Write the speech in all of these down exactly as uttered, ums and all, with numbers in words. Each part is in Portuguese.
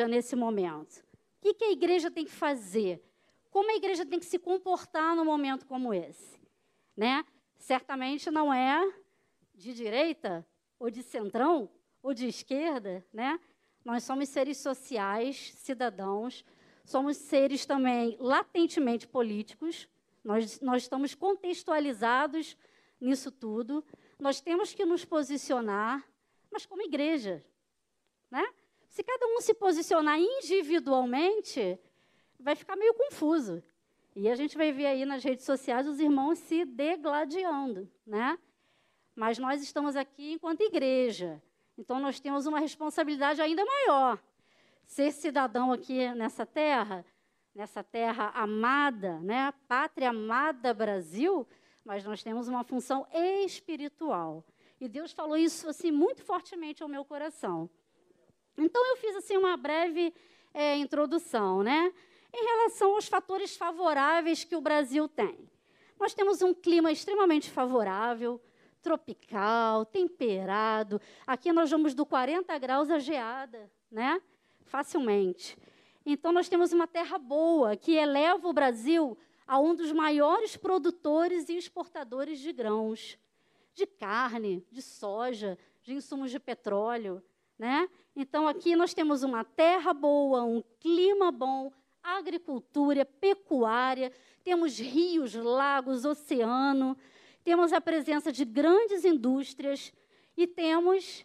nesse momento? O que, que a igreja tem que fazer? Como a igreja tem que se comportar num momento como esse? Né? Certamente não é de direita, ou de centrão, ou de esquerda, né? Nós somos seres sociais, cidadãos, somos seres também latentemente políticos, nós, nós estamos contextualizados nisso tudo, nós temos que nos posicionar, mas como igreja, né? Se cada um se posicionar individualmente, vai ficar meio confuso. E a gente vai ver aí nas redes sociais os irmãos se degladiando, né? Mas nós estamos aqui enquanto igreja, então nós temos uma responsabilidade ainda maior. Ser cidadão aqui nessa terra, nessa terra amada, né? Pátria amada Brasil, mas nós temos uma função espiritual. E Deus falou isso assim muito fortemente ao meu coração. Então eu fiz assim uma breve é, introdução, né? Em relação aos fatores favoráveis que o Brasil tem. Nós temos um clima extremamente favorável, tropical, temperado. Aqui nós vamos do quarenta graus à geada, né? Facilmente. Então, nós temos uma terra boa, que eleva o Brasil a um dos maiores produtores e exportadores de grãos, de carne, de soja, de insumos de petróleo, né? Então, aqui nós temos uma terra boa, um clima bom, agricultura, pecuária, temos rios, lagos, oceano, temos a presença de grandes indústrias e temos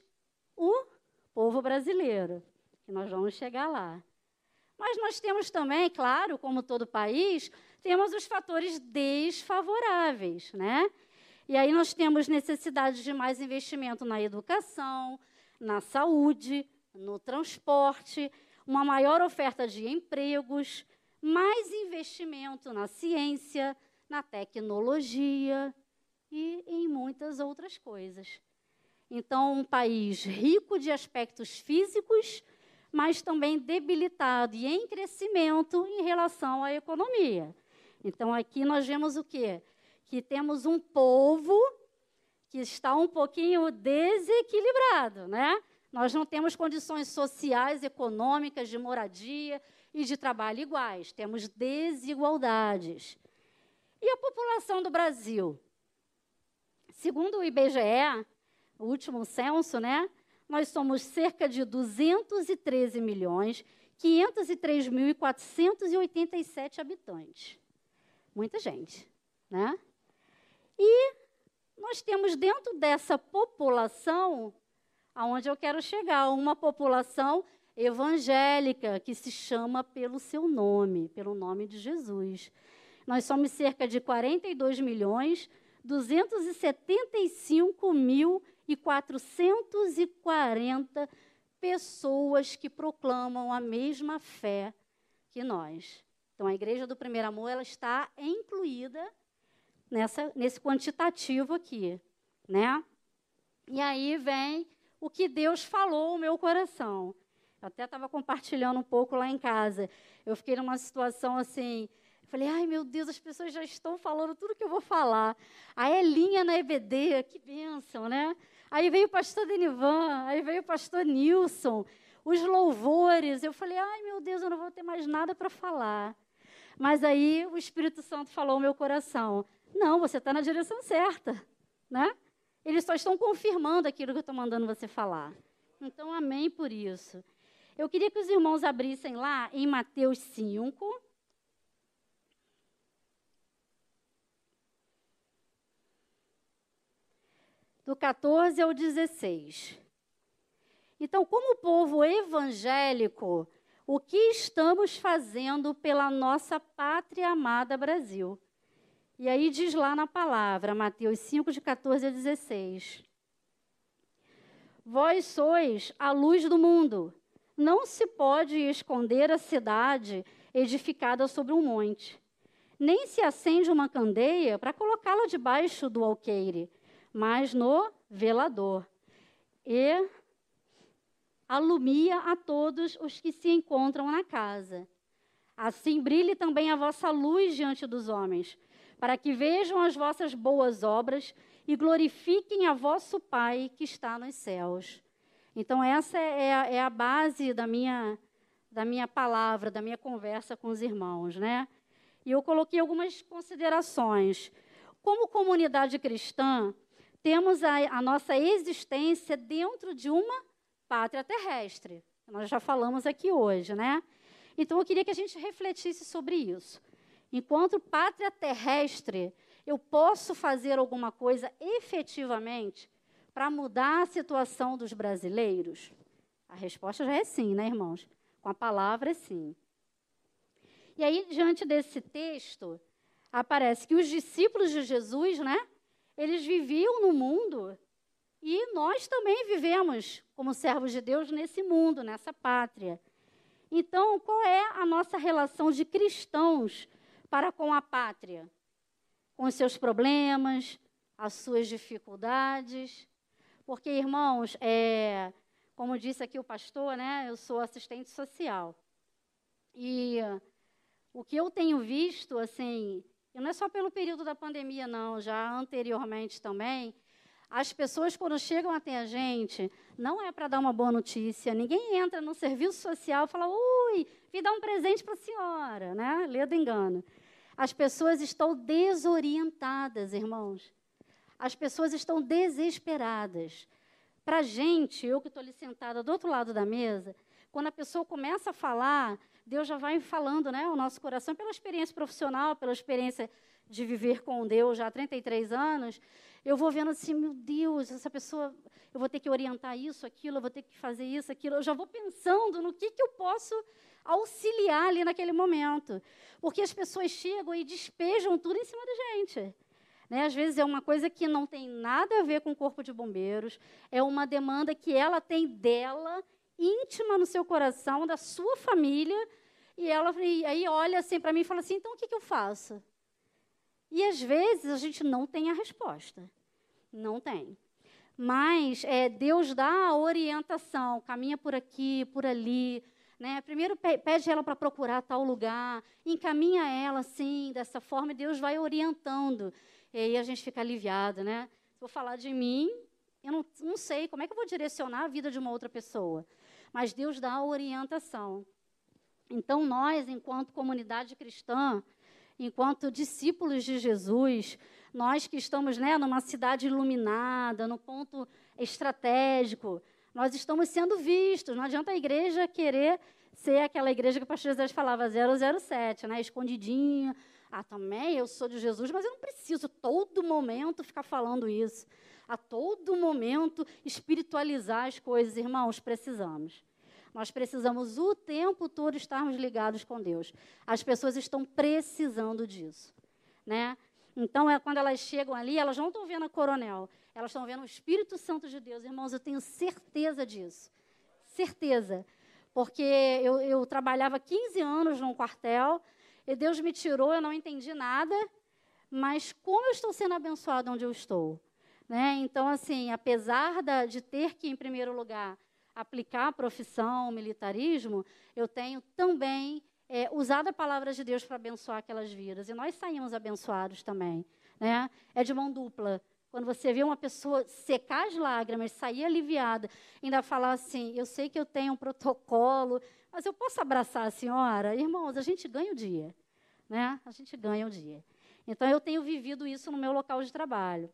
o povo brasileiro, que nós vamos chegar lá. Mas nós temos também, claro, como todo país, temos os fatores desfavoráveis, né? E aí nós temos necessidade de mais investimento na educação, na saúde, no transporte, uma maior oferta de empregos, mais investimento na ciência, na tecnologia e em muitas outras coisas. Então, um país rico de aspectos físicos, mas também debilitado e em crescimento em relação à economia. Então, aqui nós vemos o quê? Que temos um povo que está um pouquinho desequilibrado, né? Nós não temos condições sociais, econômicas, de moradia e de trabalho iguais. Temos desigualdades. E a população do Brasil? Segundo o I B G E, o último censo, né? Nós somos cerca de duzentos e treze milhões, quinhentos e três mil e quatrocentos e oitenta e sete habitantes. Muita gente, né? E nós temos dentro dessa população, aonde eu quero chegar, uma população evangélica, que se chama pelo seu nome, pelo nome de Jesus. Nós somos cerca de quarenta e dois milhões, duzentos e setenta e cinco mil e quatrocentos e quarenta pessoas que proclamam a mesma fé que nós. Então, a Igreja do Primeiro Amor, ela está incluída nessa, nesse quantitativo aqui, né? E aí vem o que Deus falou ao meu coração. Eu até estava compartilhando um pouco lá em casa. Eu fiquei numa situação assim, falei, ai, meu Deus, as pessoas já estão falando tudo que eu vou falar. A Elinha na E B D, que bênção, né? Aí veio o pastor Denivan, aí veio o pastor Nilson, os louvores. Eu falei, ai, meu Deus, eu não vou ter mais nada para falar. Mas aí o Espírito Santo falou ao meu coração, não, você está na direção certa, né? Eles só estão confirmando aquilo que eu estou mandando você falar. Então, amém por isso. Eu queria que os irmãos abrissem lá em Mateus cinco. Do catorze ao dezesseis. Então, como povo evangélico, o que estamos fazendo pela nossa pátria amada Brasil? E aí diz lá na palavra, Mateus cinco, de catorze a dezesseis. Vós sois a luz do mundo. Não se pode esconder a cidade edificada sobre um monte. Nem se acende uma candeia para colocá-la debaixo do alqueire, mas no velador. E alumia a todos os que se encontram na casa. Assim brilhe também a vossa luz diante dos homens, para que vejam as vossas boas obras e glorifiquem a vosso Pai que está nos céus. Então, essa é a, é a base da minha, da minha palavra, da minha conversa com os irmãos, né? E eu coloquei algumas considerações. Como comunidade cristã, temos a, a nossa existência dentro de uma pátria terrestre. Nós já falamos aqui hoje, né? Então, eu queria que a gente refletisse sobre isso. Enquanto pátria terrestre, eu posso fazer alguma coisa efetivamente para mudar a situação dos brasileiros? A resposta já é sim, né, irmãos? Com a palavra é sim. E aí, diante desse texto, aparece que os discípulos de Jesus, né, eles viviam no mundo e nós também vivemos como servos de Deus nesse mundo, nessa pátria. Então, qual é a nossa relação de cristãos para com a pátria? Com os seus problemas, as suas dificuldades. Porque, irmãos, é, como disse aqui o pastor, né, eu sou assistente social. E o que eu tenho visto, assim, e não é só pelo período da pandemia, não, já anteriormente também, as pessoas, quando chegam até a gente, não é para dar uma boa notícia. Ninguém entra no serviço social e fala, ui, vim dar um presente para a senhora, né? Lê do engano. As pessoas estão desorientadas, irmãos. As pessoas estão desesperadas. Para a gente, eu que estou ali sentada do outro lado da mesa, quando a pessoa começa a falar, Deus já vai falando, né, o nosso coração, pela experiência profissional, pela experiência de viver com Deus já há trinta e três anos, eu vou vendo assim, meu Deus, essa pessoa, eu vou ter que orientar isso, aquilo, eu vou ter que fazer isso, aquilo. Eu já vou pensando no que, que eu posso auxiliar ali naquele momento. Porque as pessoas chegam e despejam tudo em cima da gente. Né? Às vezes é uma coisa que não tem nada a ver com o corpo de bombeiros, é uma demanda que ela tem dela, íntima no seu coração, da sua família, e ela e aí olha assim para mim e fala assim, então o que, que eu faço? E, às vezes, a gente não tem a resposta. Não tem. Mas é, Deus dá a orientação, caminha por aqui, por ali. Né? Primeiro, pe pede ela para procurar tal lugar, encaminha ela, assim, dessa forma, e Deus vai orientando. E aí a gente fica aliviado, né? Se eu falar de mim, eu não, não sei como é que eu vou direcionar a vida de uma outra pessoa. Mas Deus dá a orientação. Então, nós, enquanto comunidade cristã, enquanto discípulos de Jesus, nós que estamos, né, numa cidade iluminada, no ponto estratégico, nós estamos sendo vistos. Não adianta a igreja querer ser aquela igreja que o pastor José falava, zero zero sete, né, escondidinha. Ah, também eu sou de Jesus, mas eu não preciso todo momento ficar falando isso. A todo momento espiritualizar as coisas. Irmãos, precisamos. Nós precisamos o tempo todo estarmos ligados com Deus. As pessoas estão precisando disso. Né? Então, é, quando elas chegam ali, elas não estão vendo a coronel, elas estão vendo o Espírito Santo de Deus. Irmãos, eu tenho certeza disso. Certeza. Porque eu, eu trabalhava quinze anos num quartel, e Deus me tirou, eu não entendi nada, mas como eu estou sendo abençoada onde eu estou? Né? Então, assim, apesar da, de ter que, em primeiro lugar, aplicar a profissão, o militarismo, eu tenho também é, usado a palavra de Deus para abençoar aquelas vidas. E nós saímos abençoados também. Né? É de mão dupla. Quando você vê uma pessoa secar as lágrimas, sair aliviada, ainda falar assim, eu sei que eu tenho um protocolo, mas eu posso abraçar a senhora? Irmãos, a gente ganha o dia. Né? A gente ganha o dia. Então, eu tenho vivido isso no meu local de trabalho.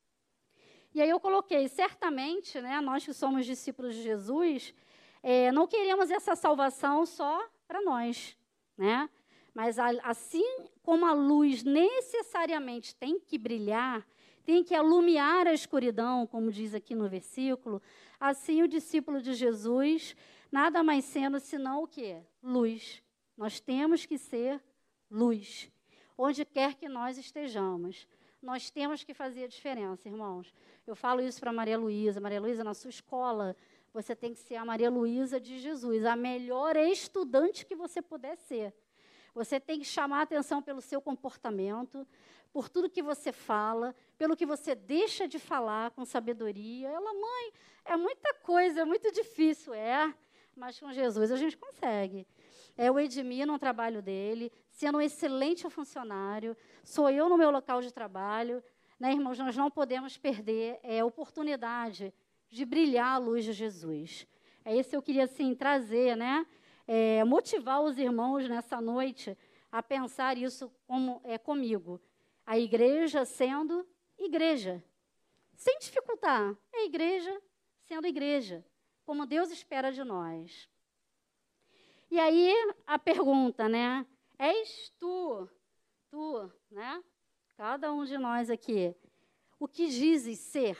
E aí eu coloquei, certamente, né, nós que somos discípulos de Jesus, é, não queremos essa salvação só para nós, né? Mas a, assim como a luz necessariamente tem que brilhar, tem que alumiar a escuridão, como diz aqui no versículo, assim o discípulo de Jesus, nada mais sendo senão o quê? Luz. Nós temos que ser luz, onde quer que nós estejamos. Nós temos que fazer a diferença, irmãos. Eu falo isso para Maria Luísa. Maria Luísa, na sua escola, você tem que ser a Maria Luísa de Jesus, a melhor estudante que você puder ser. Você tem que chamar a atenção pelo seu comportamento, por tudo que você fala, pelo que você deixa de falar com sabedoria. Ela, mãe, é muita coisa, é muito difícil. É, mas com Jesus a gente consegue. É o Edmir no trabalho dele, sendo um excelente funcionário, sou eu no meu local de trabalho. Né, irmãos, nós não podemos perder é, a oportunidade de brilhar a luz de Jesus. É isso que eu queria, assim, trazer, né, é, motivar os irmãos nessa noite a pensar isso como, é, comigo. A igreja sendo igreja. Sem dificultar. É igreja sendo igreja. Como Deus espera de nós. E aí, a pergunta, né? És tu, tu, né? Cada um de nós aqui. O que dizes ser?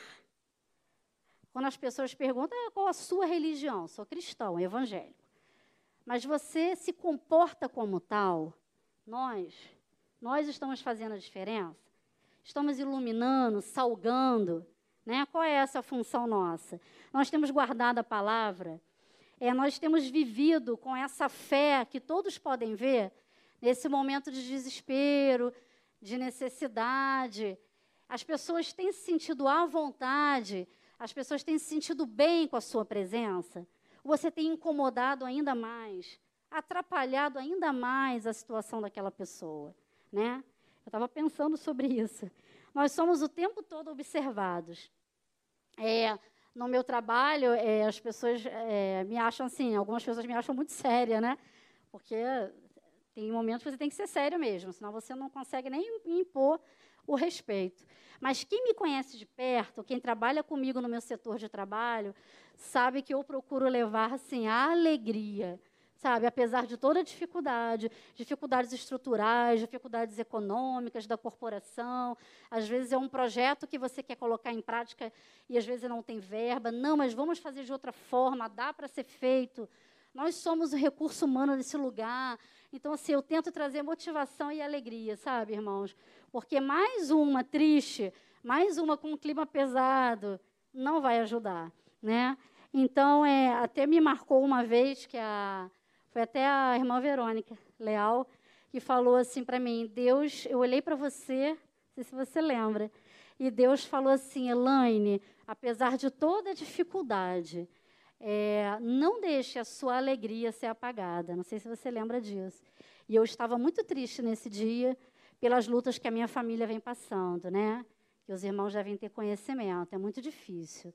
Quando as pessoas perguntam, ah, qual a sua religião? Sou cristão, evangélico. Mas você se comporta como tal? Nós, nós estamos fazendo a diferença? Estamos iluminando, salgando, né? Qual é essa função nossa? Nós temos guardado a palavra, é, nós temos vivido com essa fé que todos podem ver, nesse momento de desespero, de necessidade. As pessoas têm se sentido à vontade, as pessoas têm se sentido bem com a sua presença. Você tem incomodado ainda mais, atrapalhado ainda mais a situação daquela pessoa, né? Eu estava pensando sobre isso. Nós somos o tempo todo observados. É, no meu trabalho, é, as pessoas é, me acham assim, algumas pessoas me acham muito séria, né? Porque tem momentos que você tem que ser sério mesmo, senão você não consegue nem impor o respeito. Mas quem me conhece de perto, quem trabalha comigo no meu setor de trabalho, sabe que eu procuro levar, assim, a alegria, sabe? Apesar de toda a dificuldade, dificuldades estruturais, dificuldades econômicas da corporação, às vezes é um projeto que você quer colocar em prática e às vezes não tem verba. Não, mas vamos fazer de outra forma, dá para ser feito. Nós somos o recurso humano desse lugar. Então, assim, eu tento trazer motivação e alegria, sabe, irmãos? Porque mais uma triste, mais uma com um clima pesado, não vai ajudar, né? Então, é, até me marcou uma vez que a... Foi até a irmã Verônica Leal que falou assim para mim, Deus, eu olhei para você, não sei se você lembra, e Deus falou assim, Elaine, apesar de toda a dificuldade, é, não deixe a sua alegria ser apagada. Não sei se você lembra disso. E eu estava muito triste nesse dia pelas lutas que a minha família vem passando, né? Que os irmãos devem ter conhecimento. É muito difícil.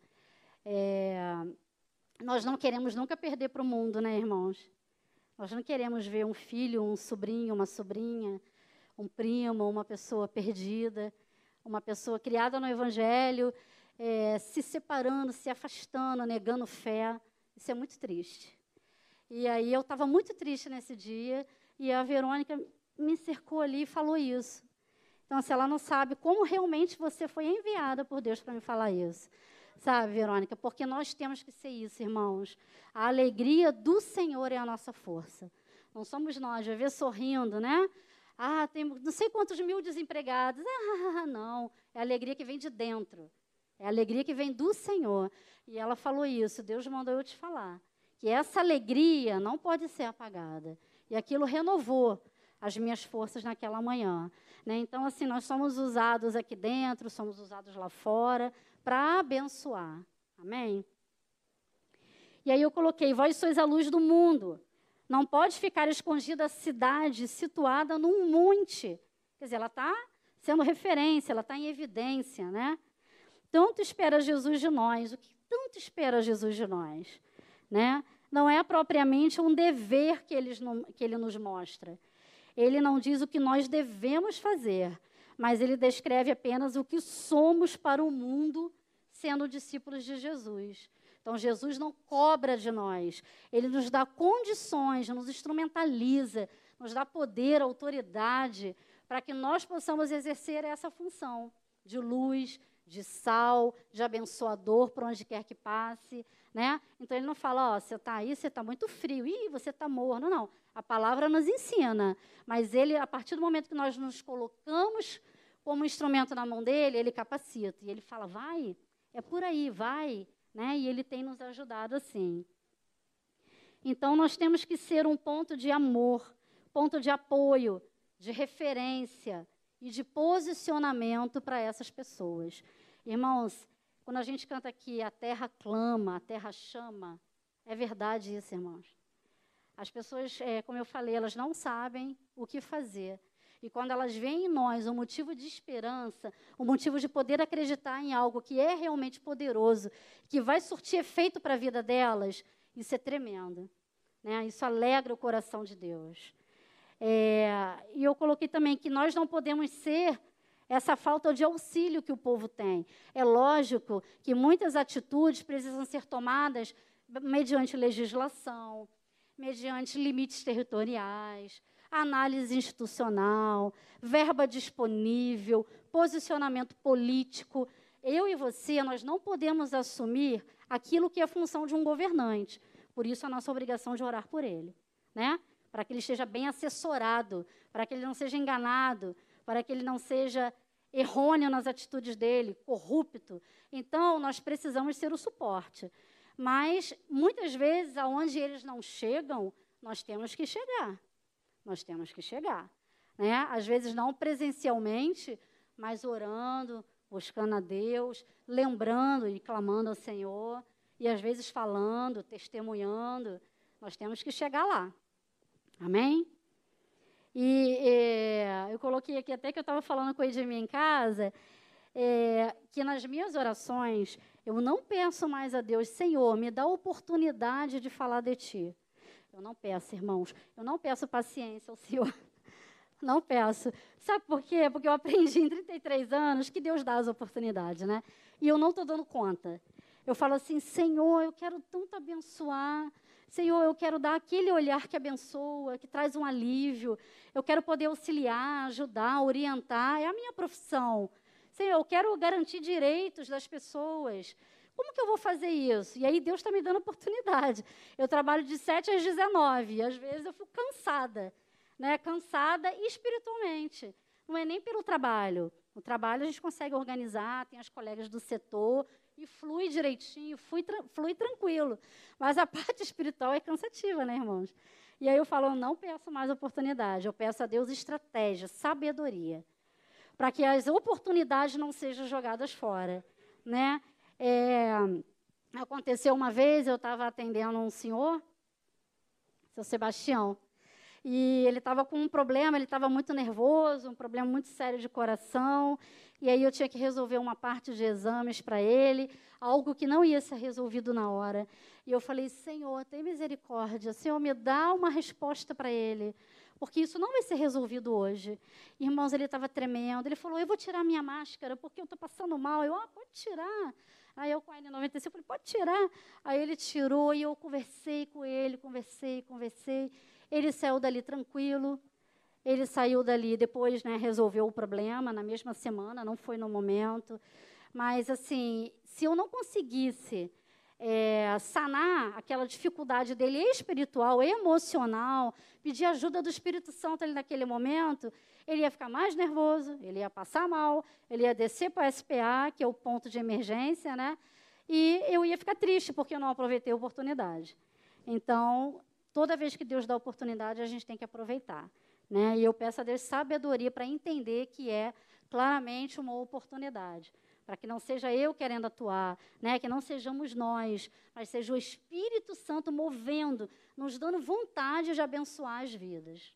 É, nós não queremos nunca perder para o mundo, né, irmãos? Nós não queremos ver um filho, um sobrinho, uma sobrinha, um primo, uma pessoa perdida, uma pessoa criada no Evangelho, É, se separando, se afastando, negando fé. Isso é muito triste. E aí eu estava muito triste nesse dia, e a Verônica me cercou ali e falou isso. Então, se ela não sabe como realmente você foi enviada por Deus para me falar isso. Sabe, Verônica? Porque nós temos que ser isso, irmãos. A alegria do Senhor é a nossa força. Não somos nós, vai ver sorrindo, né? Ah, tem não sei quantos mil desempregados. Ah, não. É a alegria que vem de dentro. É a alegria que vem do Senhor. E ela falou isso, Deus mandou eu te falar. Que essa alegria não pode ser apagada. E aquilo renovou as minhas forças naquela manhã. Né? Então, assim, nós somos usados aqui dentro, somos usados lá fora, para abençoar. Amém? E aí eu coloquei, vós sois a luz do mundo. Não pode ficar escondida a cidade situada num monte. Quer dizer, ela está sendo referência, ela está em evidência, né? Tanto espera Jesus de nós. O que tanto espera Jesus de nós? Né? Não é propriamente um dever que ele, que ele nos mostra. Ele não diz o que nós devemos fazer, mas ele descreve apenas o que somos para o mundo, sendo discípulos de Jesus. Então, Jesus não cobra de nós. Ele nos dá condições, nos instrumentaliza, nos dá poder, autoridade, para que nós possamos exercer essa função de luz, de sal, de abençoador por onde quer que passe, né? Então, ele não fala, ó, você está aí, você está muito frio, ih, você está morno, não. A palavra nos ensina, mas ele, a partir do momento que nós nos colocamos como instrumento na mão dele, ele capacita, e ele fala, vai, é por aí, vai, né? E ele tem nos ajudado assim. Então, nós temos que ser um ponto de amor, ponto de apoio, de referência, e de posicionamento para essas pessoas. Irmãos, quando a gente canta aqui, a terra clama, a terra chama, é verdade isso, irmãos. As pessoas, é, como eu falei, elas não sabem o que fazer. E quando elas veem em nós um motivo de esperança, um motivo de poder acreditar em algo que é realmente poderoso, que vai surtir efeito para a vida delas, isso é tremendo. né? Isso alegra o coração de Deus. É, e eu coloquei também que nós não podemos ser essa falta de auxílio que o povo tem. É lógico que muitas atitudes precisam ser tomadas mediante legislação, mediante limites territoriais, análise institucional, verba disponível, posicionamento político. Eu e você, nós não podemos assumir aquilo que é função de um governante. Por isso, a nossa obrigação de orar por ele, né? Para que ele esteja bem assessorado, para que ele não seja enganado, para que ele não seja errôneo nas atitudes dele, corrupto. Então, nós precisamos ser o suporte. Mas, muitas vezes, aonde eles não chegam, nós temos que chegar. Nós temos que chegar. Né? Às vezes, não presencialmente, mas orando, buscando a Deus, lembrando e clamando ao Senhor, e, às vezes, falando, testemunhando. Nós temos que chegar lá. Amém? E é, eu coloquei aqui, até que eu estava falando com o Edmir em casa, é, que nas minhas orações, eu não peço mais a Deus, Senhor, me dá a oportunidade de falar de Ti. Eu não peço, irmãos, eu não peço paciência ao Senhor. Não peço. Sabe por quê? Porque eu aprendi em trinta e três anos que Deus dá as oportunidades, né? E eu não estou dando conta. Eu falo assim, Senhor, eu quero tanto abençoar. Senhor, eu quero dar aquele olhar que abençoa, que traz um alívio. Eu quero poder auxiliar, ajudar, orientar. É a minha profissão. Senhor, eu quero garantir direitos das pessoas. Como que eu vou fazer isso? E aí Deus está me dando oportunidade. Eu trabalho de sete às dezenove. E às vezes eu fico cansada. Né? Cansada espiritualmente. Não é nem pelo trabalho. O trabalho a gente consegue organizar, tem as colegas do setor, e flui direitinho, flui, tra flui tranquilo. Mas a parte espiritual é cansativa, né, irmãos? E aí eu falo, eu não peço mais oportunidade, eu peço a Deus estratégia, sabedoria, para que as oportunidades não sejam jogadas fora, né? É, aconteceu uma vez, eu estava atendendo um senhor, seu Sebastião, e ele estava com um problema, ele estava muito nervoso, um problema muito sério de coração, e aí eu tinha que resolver uma parte de exames para ele, algo que não ia ser resolvido na hora. E eu falei, Senhor, tem misericórdia, Senhor, me dá uma resposta para ele, porque isso não vai ser resolvido hoje. Irmãos, ele estava tremendo, ele falou, eu vou tirar minha máscara, porque eu estou passando mal. Eu, ah, pode tirar. Aí eu com a N noventa e cinco, falei, pode tirar. Aí ele tirou e eu conversei com ele, conversei, conversei. Ele saiu dali tranquilo, ele saiu dali, depois, né, resolveu o problema na mesma semana, não foi no momento. Mas, assim, se eu não conseguisse é, sanar aquela dificuldade dele espiritual, emocional, pedir ajuda do Espírito Santo ali naquele momento, ele ia ficar mais nervoso, ele ia passar mal, ele ia descer para o S P A, que é o ponto de emergência, né? E eu ia ficar triste, porque eu não aproveitei a oportunidade. Então, toda vez que Deus dá oportunidade, a gente tem que aproveitar. Né? E eu peço a Deus sabedoria para entender que é claramente uma oportunidade. Para que não seja eu querendo atuar, né? Que não sejamos nós, mas seja o Espírito Santo movendo, nos dando vontade de abençoar as vidas.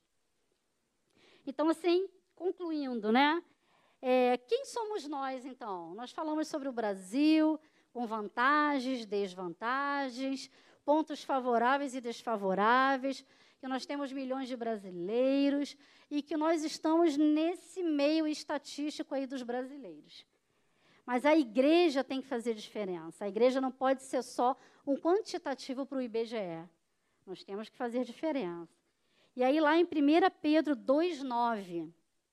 Então, assim, concluindo, né? É, quem somos nós, então? Nós falamos sobre o Brasil, com vantagens, desvantagens, pontos favoráveis e desfavoráveis, que nós temos milhões de brasileiros e que nós estamos nesse meio estatístico aí dos brasileiros. Mas a igreja tem que fazer diferença. A igreja não pode ser só um quantitativo para o I B G E. Nós temos que fazer diferença. E aí, lá em primeira Pedro dois, nove,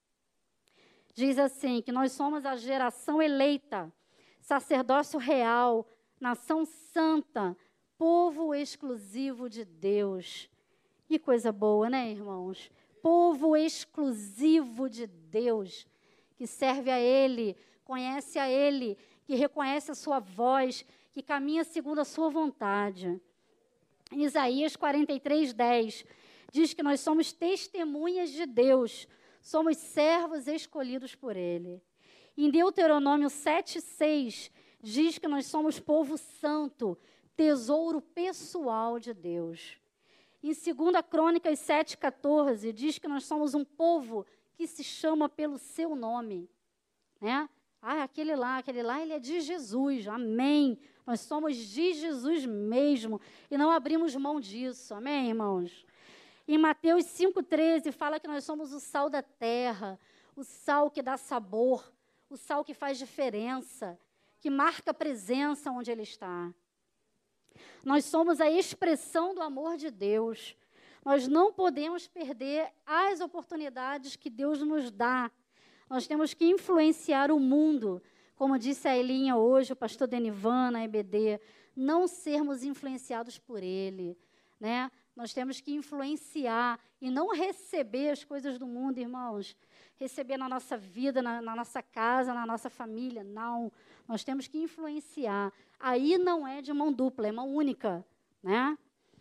diz assim, que nós somos a geração eleita, sacerdócio real, nação santa, povo exclusivo de Deus. Que coisa boa, né, irmãos? Povo exclusivo de Deus, que serve a Ele, conhece a Ele, que reconhece a sua voz, que caminha segundo a sua vontade. Em Isaías quarenta e três, dez, diz que nós somos testemunhas de Deus, somos servos escolhidos por Ele. Em Deuteronômio sete, seis, diz que nós somos povo santo, tesouro pessoal de Deus. Em segunda Crônicas sete, quatorze, diz que nós somos um povo que se chama pelo seu nome. Né? Ah, aquele lá, aquele lá, ele é de Jesus, amém. Nós somos de Jesus mesmo e não abrimos mão disso, amém, irmãos? Em Mateus cinco, treze, fala que nós somos o sal da terra, o sal que dá sabor, o sal que faz diferença, que marca presença onde ele está. Nós somos a expressão do amor de Deus. Nós não podemos perder as oportunidades que Deus nos dá. Nós temos que influenciar o mundo, como disse a Elinha hoje, o pastor Denivan, na E B D, não sermos influenciados por ele, né? Nós temos que influenciar e não receber as coisas do mundo, irmãos. Receber na nossa vida, na, na nossa casa, na nossa família, não. Nós temos que influenciar. Aí não é de mão dupla, é mão única, né?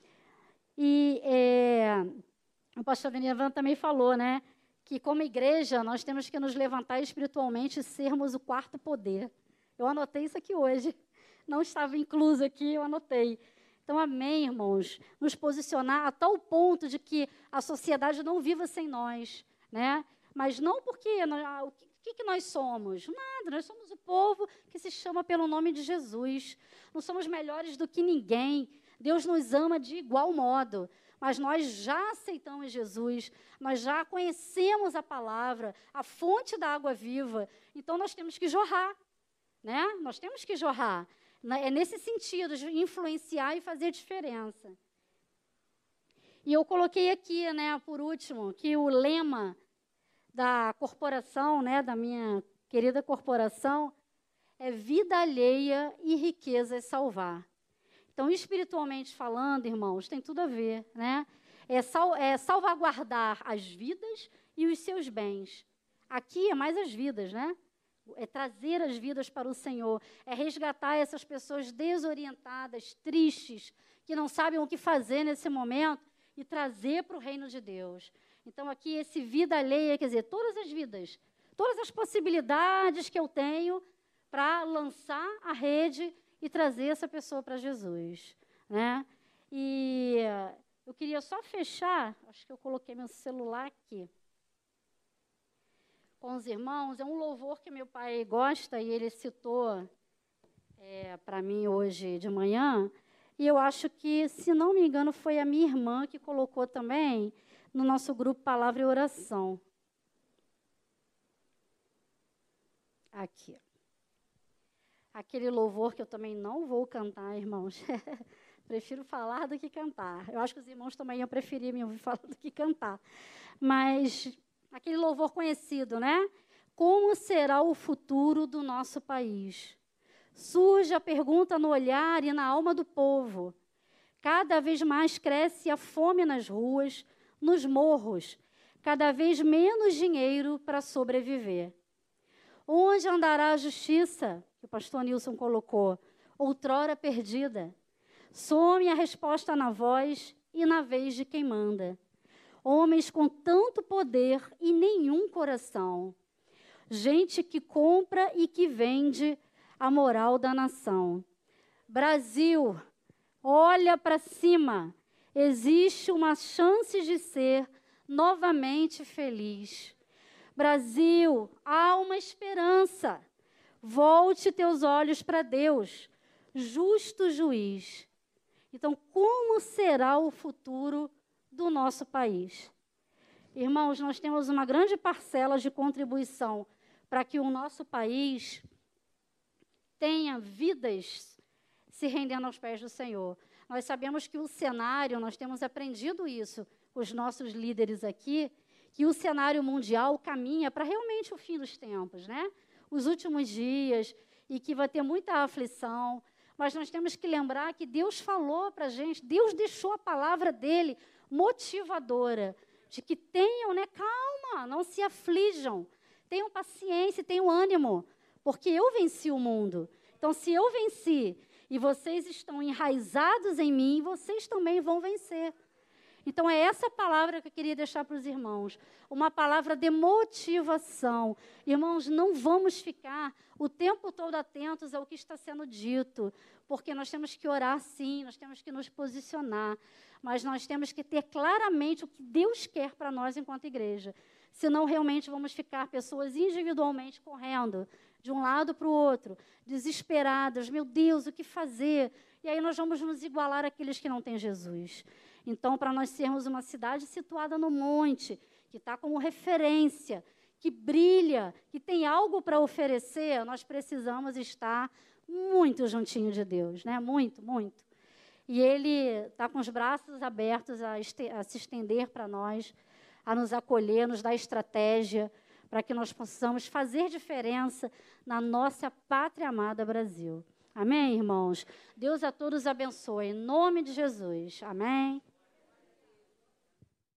E é, o pastor Denivan também falou, né? Que como igreja, nós temos que nos levantar espiritualmente e sermos o quarto poder. Eu anotei isso aqui hoje. Não estava incluso aqui, eu anotei. Então, amém, irmãos. Nos posicionar a tal ponto de que a sociedade não viva sem nós, né? Mas não porque... Nós, o que, que nós somos? Nada, nós somos o povo que se chama pelo nome de Jesus. Não somos melhores do que ninguém. Deus nos ama de igual modo. Mas nós já aceitamos Jesus, nós já conhecemos a palavra, a fonte da água viva. Então, nós temos que jorrar, né? Nós temos que jorrar. É nesse sentido, de influenciar e fazer diferença. E eu coloquei aqui, né, por último, que o lema da corporação, né, da minha querida corporação, é vida alheia e riquezas salvar. Então, espiritualmente falando, irmãos, tem tudo a ver, né? É, sal, é salvaguardar as vidas e os seus bens. Aqui é mais as vidas, né? É trazer as vidas para o Senhor. É resgatar essas pessoas desorientadas, tristes, que não sabem o que fazer nesse momento e trazer para o reino de Deus. Então, aqui, esse vida alheia, quer dizer, todas as vidas, todas as possibilidades que eu tenho para lançar a rede e trazer essa pessoa para Jesus, né? E eu queria só fechar, acho que eu coloquei meu celular aqui, com os irmãos. É um louvor que meu pai gosta e ele citou é, para mim hoje de manhã. E eu acho que, se não me engano, foi a minha irmã que colocou também no nosso grupo Palavra e Oração. Aqui. Aquele louvor que eu também não vou cantar, irmãos. Prefiro falar do que cantar. Eu acho que os irmãos também iam preferir me ouvir falar do que cantar. Mas aquele louvor conhecido, né? Como será o futuro do nosso país? Surge a pergunta no olhar e na alma do povo. Cada vez mais cresce a fome nas ruas, nos morros. Cada vez menos dinheiro para sobreviver. Onde andará a justiça? Que o pastor Nilson colocou, outrora perdida. Some a resposta na voz e na vez de quem manda. Homens com tanto poder e nenhum coração. Gente que compra e que vende a moral da nação. Brasil, olha para cima. Existe uma chance de ser novamente feliz. Brasil, há uma esperança. Volte teus olhos para Deus, justo juiz. Então, como será o futuro do nosso país? Irmãos, nós temos uma grande parcela de contribuição para que o nosso país tenha vidas se rendendo aos pés do Senhor. Nós sabemos que o cenário, nós temos aprendido isso com os nossos líderes aqui, que o cenário mundial caminha para realmente o fim dos tempos, né? Os últimos dias, e que vai ter muita aflição, mas nós temos que lembrar que Deus falou para a gente, Deus deixou a palavra dele motivadora, de que tenham, né, calma, não se aflijam, tenham paciência, tenham ânimo, porque eu venci o mundo. Então, se eu venci e vocês estão enraizados em mim, vocês também vão vencer. Então, é essa palavra que eu queria deixar para os irmãos, uma palavra de motivação. Irmãos, não vamos ficar o tempo todo atentos ao que está sendo dito, porque nós temos que orar sim, nós temos que nos posicionar, mas nós temos que ter claramente o que Deus quer para nós enquanto igreja. Senão, realmente, vamos ficar pessoas individualmente correndo, de um lado para o outro, desesperadas, meu Deus, o que fazer? E aí nós vamos nos igualar àqueles que não têm Jesus. Então, para nós sermos uma cidade situada no monte, que está como referência, que brilha, que tem algo para oferecer, nós precisamos estar muito juntinho de Deus, né? Muito, muito. E Ele está com os braços abertos a, este, a se estender para nós, a nos acolher, nos dar estratégia, para que nós possamos fazer diferença na nossa pátria amada Brasil. Amém, irmãos? Deus a todos abençoe. Em nome de Jesus. Amém.